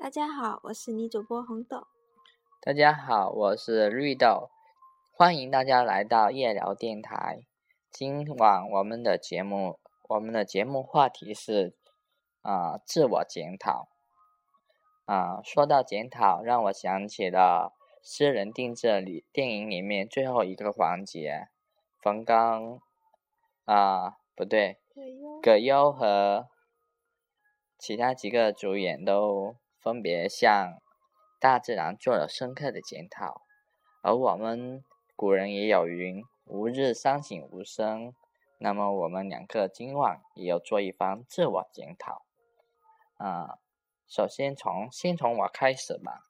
大家好，我是女主播红豆。 大家好，我是绿豆，欢迎大家来到夜聊电台。今晚我们的节目话题是自我检讨。说到检讨，让我想起了私人定制电影里面最后一个环节，冯刚葛优和其他几个主演都分别向大自然做了深刻的检讨，而我们古人也有云：吾日三省吾身。那么我们两个今晚也要做一番自我检讨。首先从我开始吧。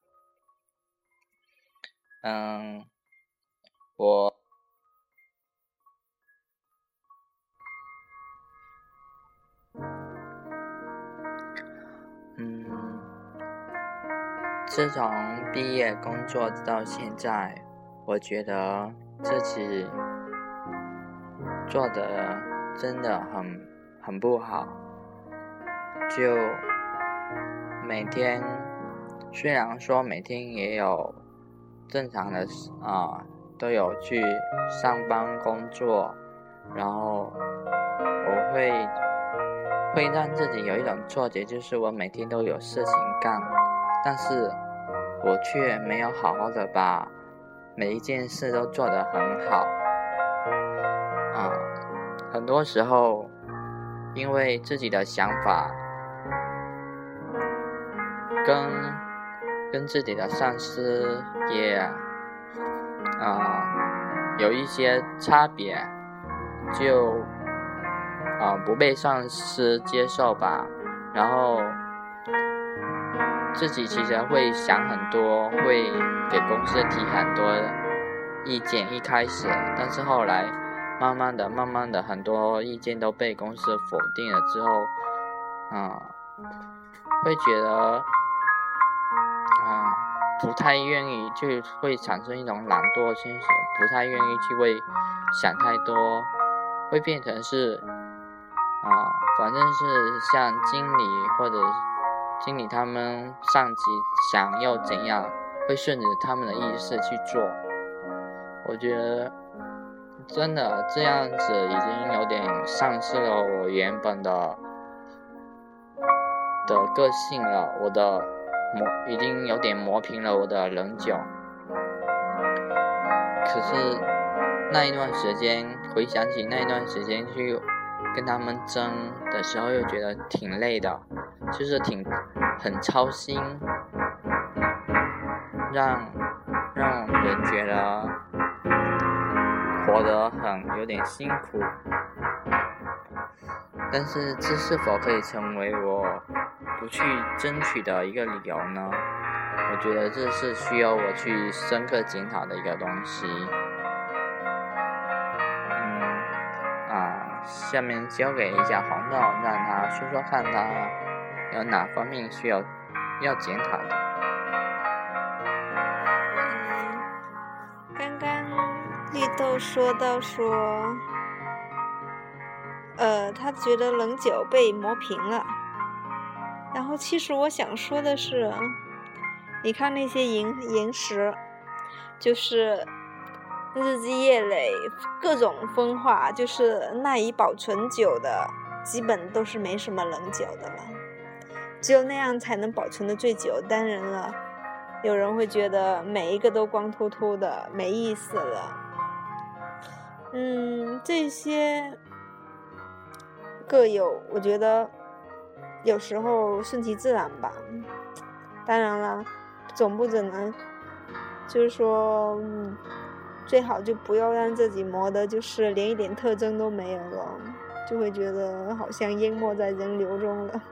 自从毕业工作到现在，我觉得自己做的真的很不好。就每天，虽然说每天也有正常的都有去上班工作，然后我会让自己有一种错觉，就是我每天都有事情干，但是我却没有好好的把每一件事都做得很好。很多时候因为自己的想法跟自己的上司也有一些差别，就不被上司接受吧，然后自己其实会想很多，会给公司提很多意见，一开始，但是后来慢慢的很多意见都被公司否定了之后，会觉得不太愿意，就会产生一种懒惰心情，不太愿意去为想太多，会变成是反正是像经理或者经理他们上级想要怎样，会顺着他们的意思去做。我觉得真的这样子已经有点丧失了我原本的个性了，已经有点磨平了我的棱角。可是那一段时间，回想起那一段时间去跟他们争的时候，又觉得挺累的，就是很操心，让人觉得活得有点辛苦。但是这是否可以成为我不去争取的一个理由呢？我觉得这是需要我去深刻检讨的一个东西。下面交给一下红豆，让他说说看他有哪方面需要检讨的。 刚刚绿豆说到他觉得棱角被磨平了，然后其实我想说的是，你看那些萤石，就是日积月累各种风化，就是耐以保存久的基本都是没什么棱角的了，只有那样才能保存的最久。当然了，有人会觉得每一个都光秃秃的没意思了。这些各有，我觉得有时候顺其自然吧。当然了，总不只能就是说最好就不要让自己磨得就是连一点特征都没有了，就会觉得好像淹没在人流中了。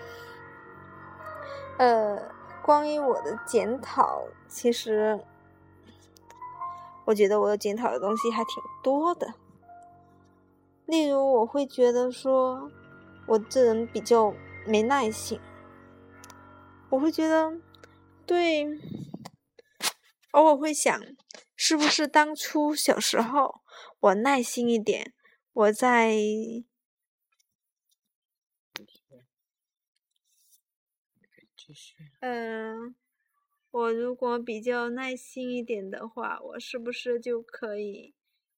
关于我的检讨，其实我觉得我检讨的东西还挺多的。例如我会觉得说我这人比较没耐性，我会觉得偶尔会想，是不是当初小时候我耐心一点，我在我如果比较耐心一点的话，我是不是就可以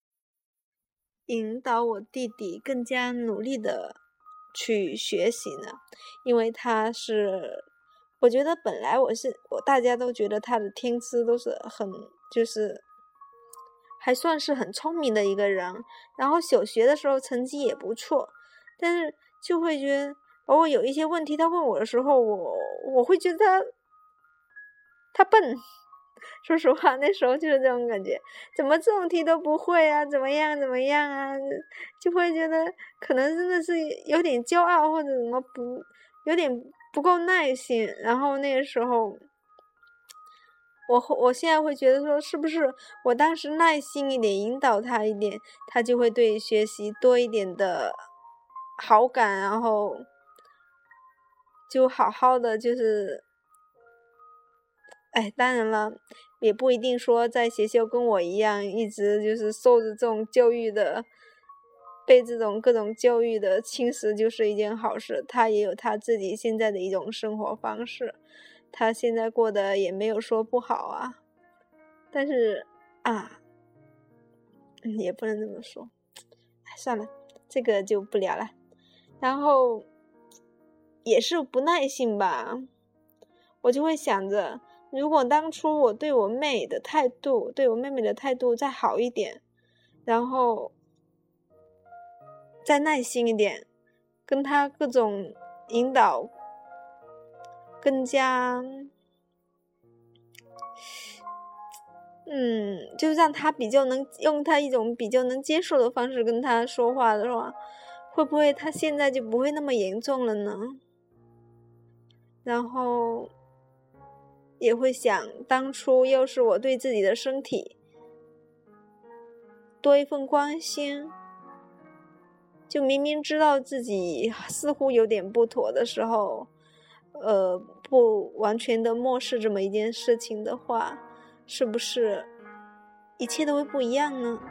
引导我弟弟更加努力的去学习呢？因为他是，我觉得本来大家都觉得他的天资都是就是还算是很聪明的一个人，然后小学的时候成绩也不错，但是就会觉得偶尔有一些问题他问我的时候，我会觉得他笨。说实话，那时候就是这种感觉，怎么这种题都不会啊？怎么样啊？就会觉得可能真的是有点骄傲，或者有点不够耐心。然后那个时候，我现在会觉得说，是不是我当时耐心一点，引导他一点，他就会对学习多一点的好感，然后就好好的就是。当然了，也不一定说在学校跟我一样，一直就是受着这种教育的，被这种各种教育的侵蚀，就是一件好事。他也有他自己现在的一种生活方式，他现在过得也没有说不好啊。但是也不能这么说，算了，这个就不聊了。然后也是不耐性吧，我就会想着。如果当初我对我妹妹的态度再好一点，然后再耐心一点，跟她各种引导，更加就让她用她一种比较能接受的方式跟她说话的话，会不会她现在就不会那么严重了呢？然后也会想，当初要是我对自己的身体多一份关心，就明明知道自己似乎有点不妥的时候，不完全的漠视这么一件事情的话，是不是一切都会不一样呢？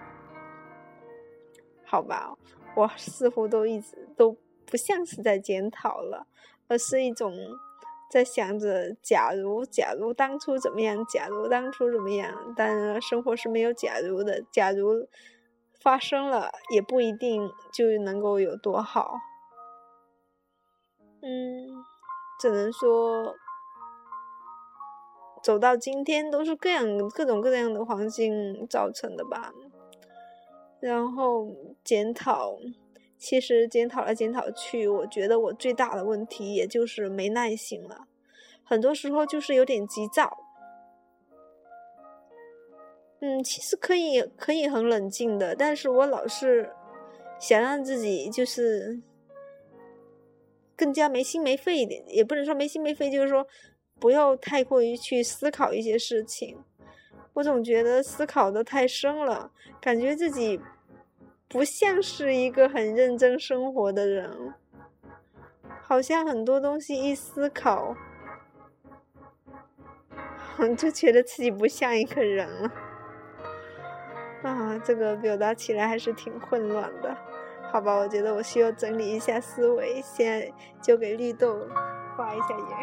好吧，我似乎一直都不像是在检讨了，而是一种在想着假如当初怎么样，当然生活是没有假如的，假如发生了也不一定就能够有多好。只能说走到今天都是各种各样的环境造成的吧。然后其实检讨来检讨去，我觉得我最大的问题也就是没耐心了，很多时候就是有点急躁。其实可以很冷静的，但是我老是想让自己就是更加没心没肺一点，也不能说没心没肺，就是说不要太过于去思考一些事情。我总觉得思考的太深了，感觉自己不像是一个很认真生活的人，好像很多东西一思考就觉得自己不像一个人了。这个表达起来还是挺混乱的。好吧，我觉得我需要整理一下思维，现在就给绿豆发一下言。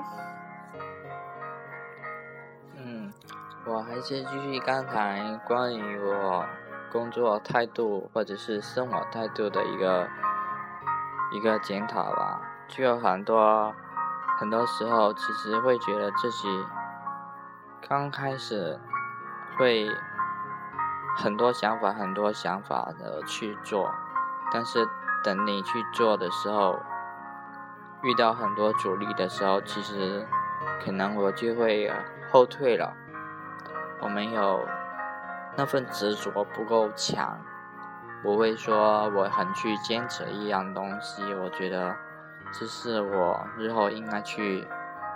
我还是继续刚才关于我工作态度或者是生活态度的一个检讨吧。就很多时候其实会觉得自己刚开始会很多想法的去做，但是等你去做的时候，遇到很多阻力的时候，其实可能我就会后退了。我没有那份执着不够强，不会说我很去坚持一样东西。我觉得这是我日后应该去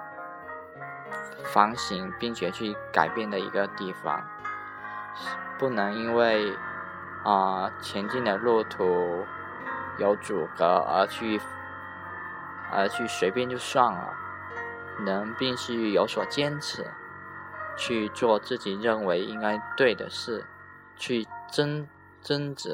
反省并且去改变的一个地方，不能因为前进的路途有阻隔而去随便就算了，能必须有所坚持，去做自己认为应该对的事，去争执。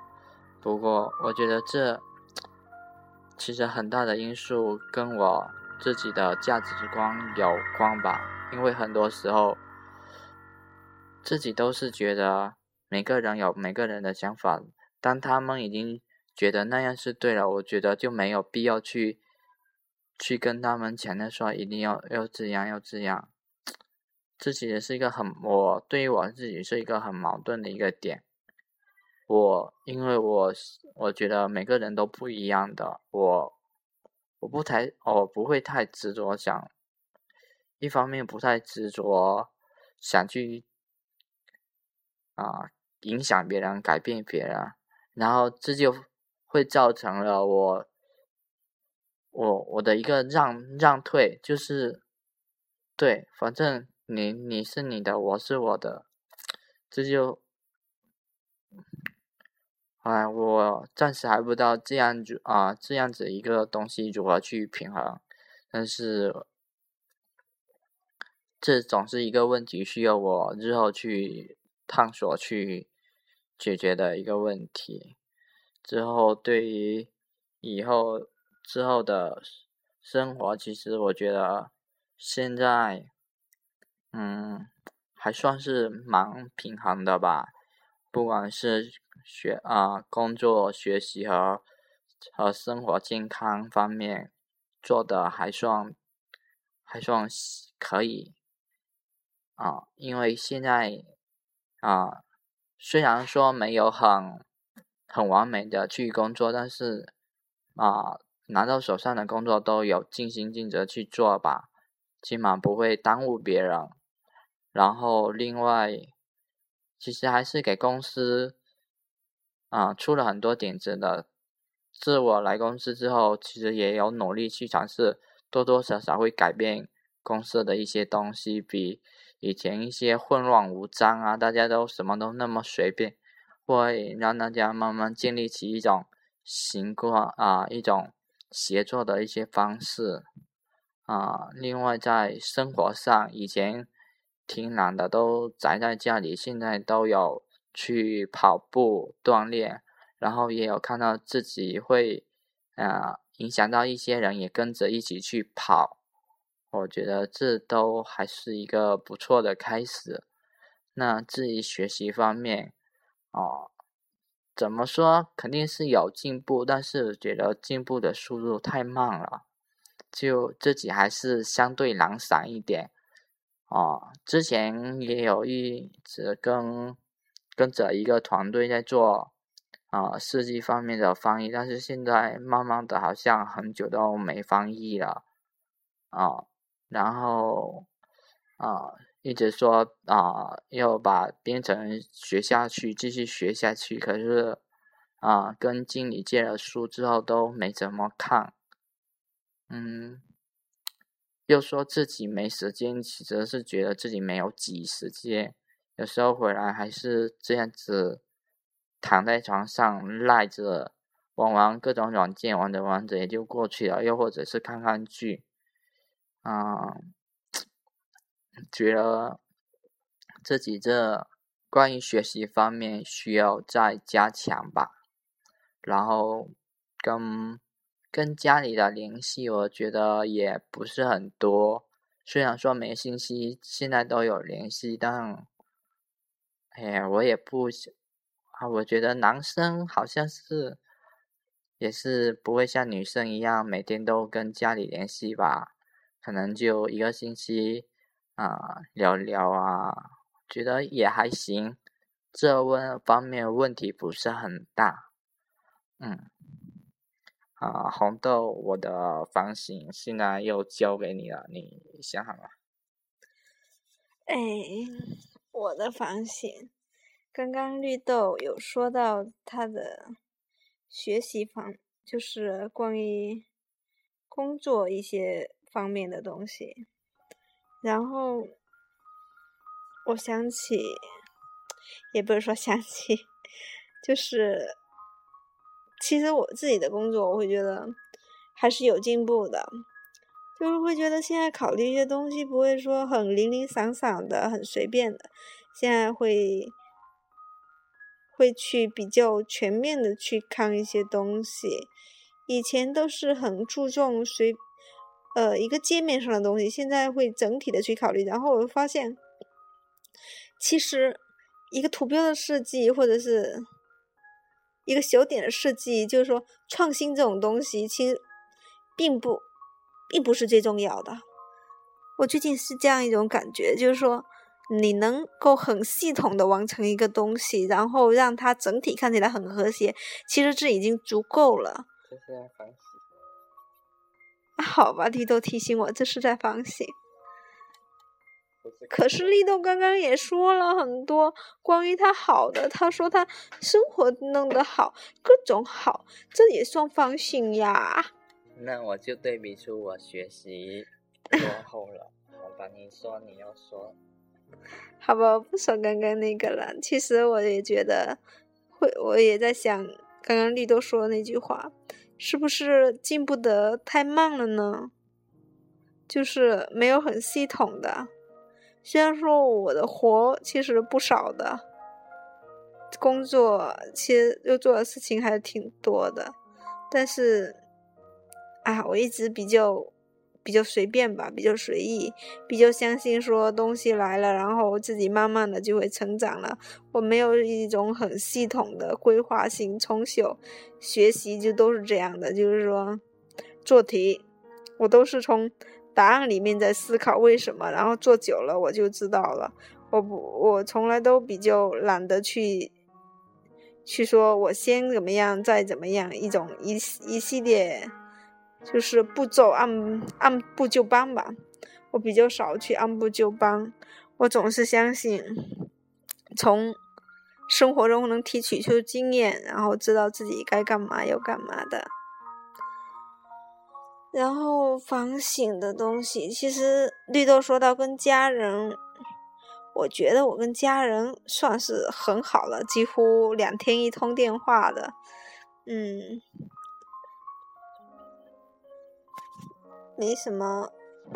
不过我觉得这其实很大的因素跟我自己的价值观有关吧，因为很多时候自己都是觉得每个人有每个人的想法，当他们已经觉得那样是对了，我觉得就没有必要去跟他们强调说一定要这样要这样。自己也是一个对于我自己是一个很矛盾的一个点。因为我觉得每个人都不一样的，我不会太执着想，一方面不太执着想去影响别人改变别人，然后这就会造成了我的一个让退，就是对，反正你是你的，我是我的，这就我暂时还不知道这样子一个东西如何去平衡，但是这总是一个问题，需要我日后去探索去解决的一个问题。之后对于之后的生活，其实我觉得现在还算是蛮平衡的吧，不管是工作、学习和生活健康方面做的还算可以因为现在虽然说没有很完美的去工作，但是拿到手上的工作都有尽心尽责去做吧，起码不会耽误别人。然后另外，其实还是给公司出了很多点子的。自我来公司之后，其实也有努力去尝试，多多少少会改变公司的一些东西，比以前一些混乱无章大家都什么都那么随便，会让大家慢慢建立起一种习惯一种协作的一些方式另外在生活上，以前挺懒的，都宅在家里，现在都有去跑步锻炼，然后也有看到自己会影响到一些人也跟着一起去跑，我觉得这都还是一个不错的开始。那至于学习方面怎么说肯定是有进步，但是觉得进步的速度太慢了，就自己还是相对懒散一点之前也有一直跟着一个团队在做设计方面的翻译，但是现在慢慢的好像很久都没翻译了然后一直说要把编程学下去，继续学下去，可是跟经理借了书之后都没怎么看又说自己没时间，其实是觉得自己没有挤时间，有时候回来还是这样子躺在床上赖着，玩各种软件，玩着也就过去了，又或者是看看剧觉得自己这关于学习方面需要再加强吧，然后跟家里的联系，我觉得也不是很多。虽然说每星期现在都有联系，但我也不我觉得男生好像也是不会像女生一样每天都跟家里联系吧，可能就一个星期聊聊觉得也还行，这方面问题不是很大。红豆，我的反省现在又交给你了，你想好了？ 我的反省，刚刚绿豆有说到他的学习就是关于工作一些方面的东西，然后我想起，也不是说想起，就是其实我自己的工作，我会觉得还是有进步的，就是会觉得现在考虑一些东西不会说很零零散散的、很随便的，现在会去比较全面的去看一些东西，以前都是很注重一个界面上的东西，现在会整体的去考虑。然后我发现，其实一个图标的设计或者是一个小点的设计，就是说创新这种东西，其实并不是最重要的。我最近是这样一种感觉，就是说你能够很系统的完成一个东西，然后让它整体看起来很和谐，其实这已经足够了。 这是在反省。 好吧，绿豆提醒我这是在反省。可是绿豆刚刚也说了很多关于他好的，他说他生活弄得好，各种好，这也算反省呀。 那我就对比出我学习落后了。好吧，你说你要说。 好吧，我不说刚刚那个了。其实我也觉得我也在想刚刚绿豆说的那句话，是不是进步得太慢了呢？就是没有很系统的。虽然说我的活其实不少的，工作其实又做的事情还是挺多的，但是我一直比较随便吧，比较随意，比较相信说东西来了，然后自己慢慢的就会成长了。我没有一种很系统的规划性，从小学习就都是这样的，就是说做题我都是从答案里面在思考为什么，然后做久了我就知道了。我从来都比较懒得去说我先怎么样再怎么样，一系列就是步骤按部就班吧。我比较少去按部就班，我总是相信从生活中能提取出经验，然后知道自己该干嘛要干嘛的。然后反省的东西，其实绿豆说到跟家人，我觉得我跟家人算是很好了，几乎2天1通电话的。没什么。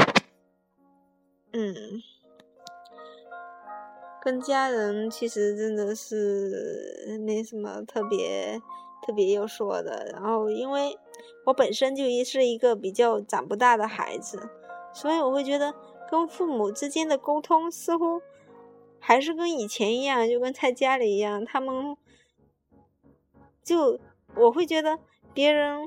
跟家人其实真的是没什么特别要说的。然后因为我本身就是一个比较长不大的孩子，所以我会觉得跟父母之间的沟通似乎还是跟以前一样，就跟在家里一样。他们我会觉得别人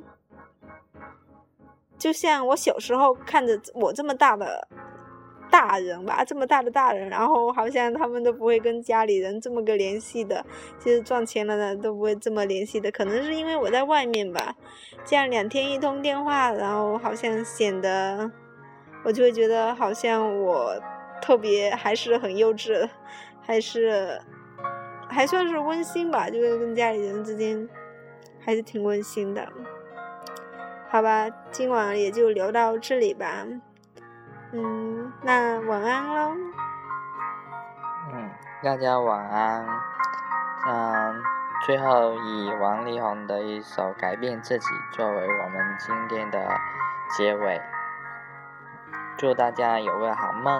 就像我小时候看着我这么大的大人吧，这么大的大人，然后好像他们都不会跟家里人这么个联系的，其实赚钱了呢都不会这么联系的。可能是因为我在外面吧，这样2天1通电话，然后好像显得我就会觉得好像我特别还是很幼稚，还算是温馨吧，就是跟家里人之间还是挺温馨的。好吧，今晚也就聊到这里吧。那晚安喽。 大家晚安。最后以王力宏的一首《改变自己》作为我们今天的结尾。祝大家有个好梦。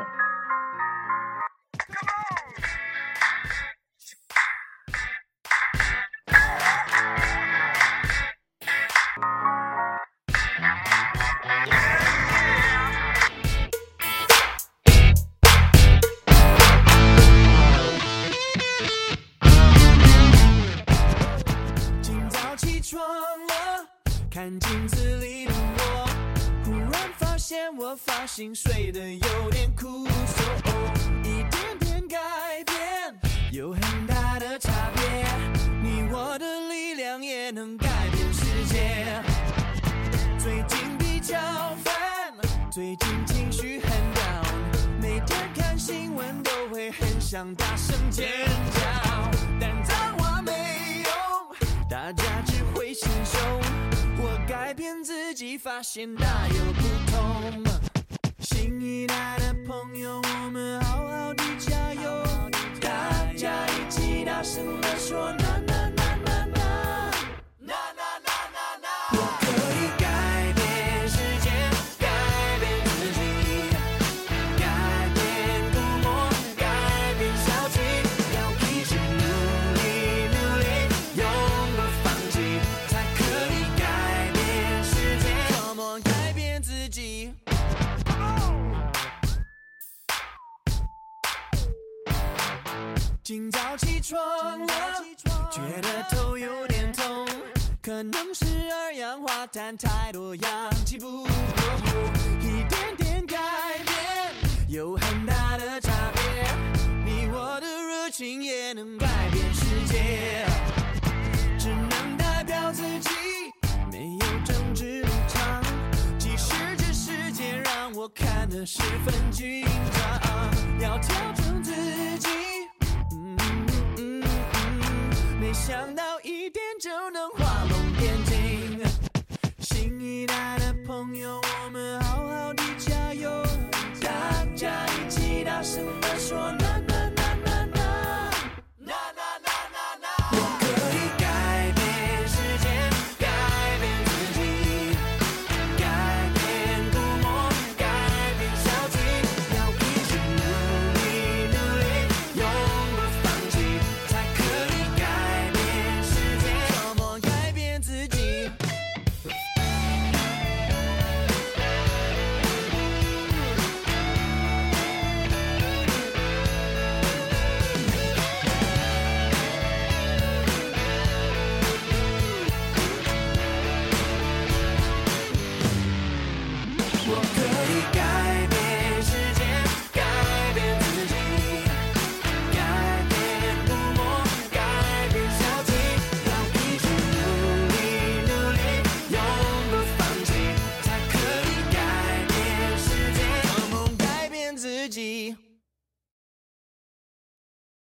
看镜子里的我，忽然发现我发型睡得有点枯燥，一点点改变有很大的差别，你我的力量也能改变世界。最近比较烦，最近情绪很 down， 每天看新闻都会很想大声尖叫，但脏话没用，大家只会心胸。我改变自己，发现大有不同。新一代的朋友，我们好好的加油，大家一起大声地说那那那那那那那那那。我可以改变世界，改变自己，改变孤默，改变消极，要一直努力努力，永不放弃，才可以改变世界。Come on，改变自己。 早起床了，觉得头有点痛，可能是二氧化碳太多，氧气不够，一点点改变有很大的差别，你我的热情也能改变世界，只能代表自己，没有政治立场，即使这世界让我看得十分紧张，要调整自己，没想到